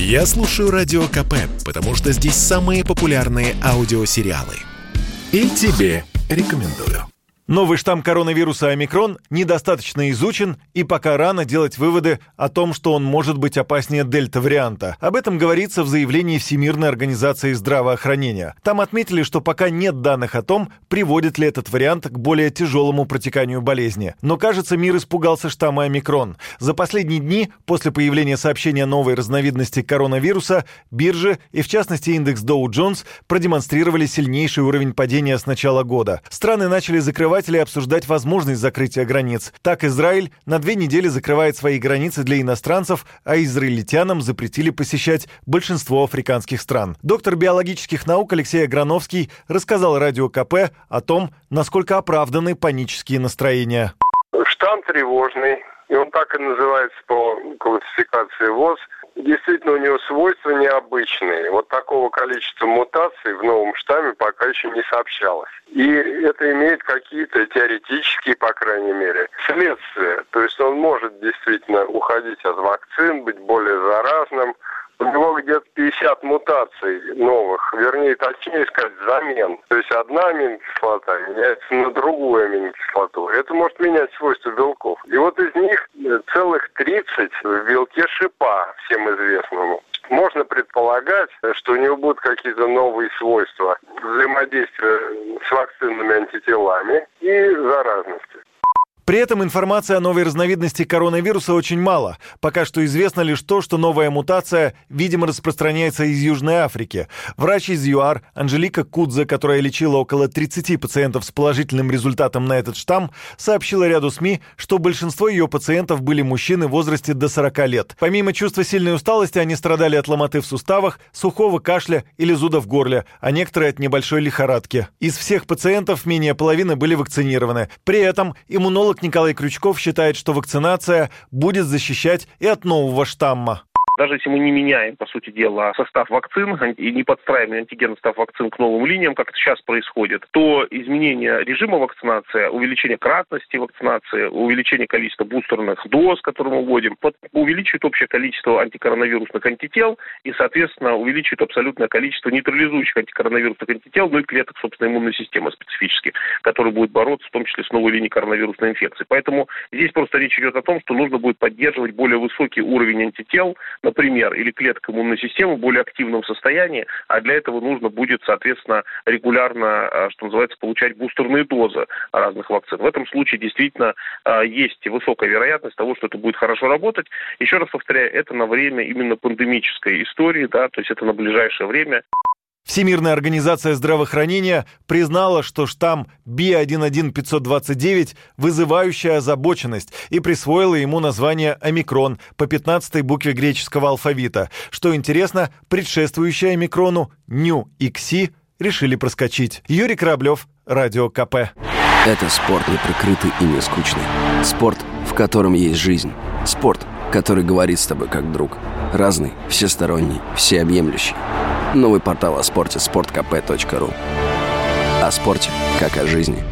Я слушаю Радио КП, потому что здесь самые популярные аудиосериалы. И тебе рекомендую. Новый штамм коронавируса омикрон недостаточно изучен, и пока рано делать выводы о том, что он может быть опаснее дельта-варианта. Об этом говорится в заявлении Всемирной организации здравоохранения. Там отметили, что пока нет данных о том, приводит ли этот вариант к более тяжелому протеканию болезни. Но, кажется, мир испугался штамма омикрон. За последние дни, после появления сообщения о новой разновидности коронавируса, биржи, и в частности индекс Dow Jones, продемонстрировали сильнейший уровень падения с начала года. Страны начали закрывать или обсуждать возможность закрытия границ. Так, Израиль на 2 недели закрывает свои границы для иностранцев, а израильтянам запретили посещать большинство африканских стран. Доктор биологических наук Алексей Аграновский рассказал Радио КП о том, насколько оправданы панические настроения. Штамм тревожный, и он так и называется по классификации ВОЗ. Действительно, у него свойства необычные. Вот такого количества мутаций в новом штамме пока еще не сообщалось. И это имеет какие-то теоретические, по крайней мере, следствия. То есть он может действительно уходить от вакцин, быть более заразным. У него где-то 50 мутаций новых, вернее, точнее сказать, замен. То есть одна аминокислота меняется на другую аминокислоту. Это может менять свойства белков. И вот из них целых 30 в белке шипа, всем известному. Можно предполагать, что у него будут какие-то новые свойства взаимодействия с вакцинными антителами и заразности. При этом информации о новой разновидности коронавируса очень мало. Пока что известно лишь то, что новая мутация, видимо, распространяется из Южной Африки. Врач из ЮАР Анжелика Кудзе, которая лечила около 30 пациентов с положительным результатом на этот штамм, сообщила ряду СМИ, что большинство ее пациентов были мужчины в возрасте до 40 лет. Помимо чувства сильной усталости, они страдали от ломоты в суставах, сухого кашля или зуда в горле, а некоторые от небольшой лихорадки. Из всех пациентов менее половины были вакцинированы. При этом иммунолог Николай Крючков считает, что вакцинация будет защищать и от нового штамма. Даже если мы не меняем, по сути дела, состав вакцин и не подстраиваем антигенный состав вакцин к новым линиям, как это сейчас происходит, то изменение режима вакцинации, увеличение кратности вакцинации, увеличение количества бустерных доз, которые мы вводим, увеличивает общее количество антикоронавирусных антител и, соответственно, увеличивает абсолютное количество нейтрализующих антикоронавирусных антител, ну и клеток, собственно, иммунной системы специфических, которые будут бороться в том числе с новой линией коронавирусной инфекции. Поэтому здесь просто речь идет о том, что нужно будет поддерживать более высокий уровень антител, например, или клеток иммунной системы в более активном состоянии, а для этого нужно будет, соответственно, регулярно, что называется, получать бустерные дозы разных вакцин. В этом случае действительно есть высокая вероятность того, что это будет хорошо работать. Еще раз повторяю, это на время именно пандемической истории, да, то есть это на ближайшее время. Всемирная организация здравоохранения признала, что штамм B11529 – вызывающая озабоченность и присвоила ему название омикрон по 15-й букве греческого алфавита. Что интересно, предшествующая омикрону Нью XC решили проскочить. Юрий Кораблев, Радио КП. Это спорт неприкрытый и не скучный. Спорт, в котором есть жизнь. Спорт, который говорит с тобой как друг. Разный, всесторонний, всеобъемлющий. Новый портал о спорте – sportkp.ru. О спорте, как о жизни.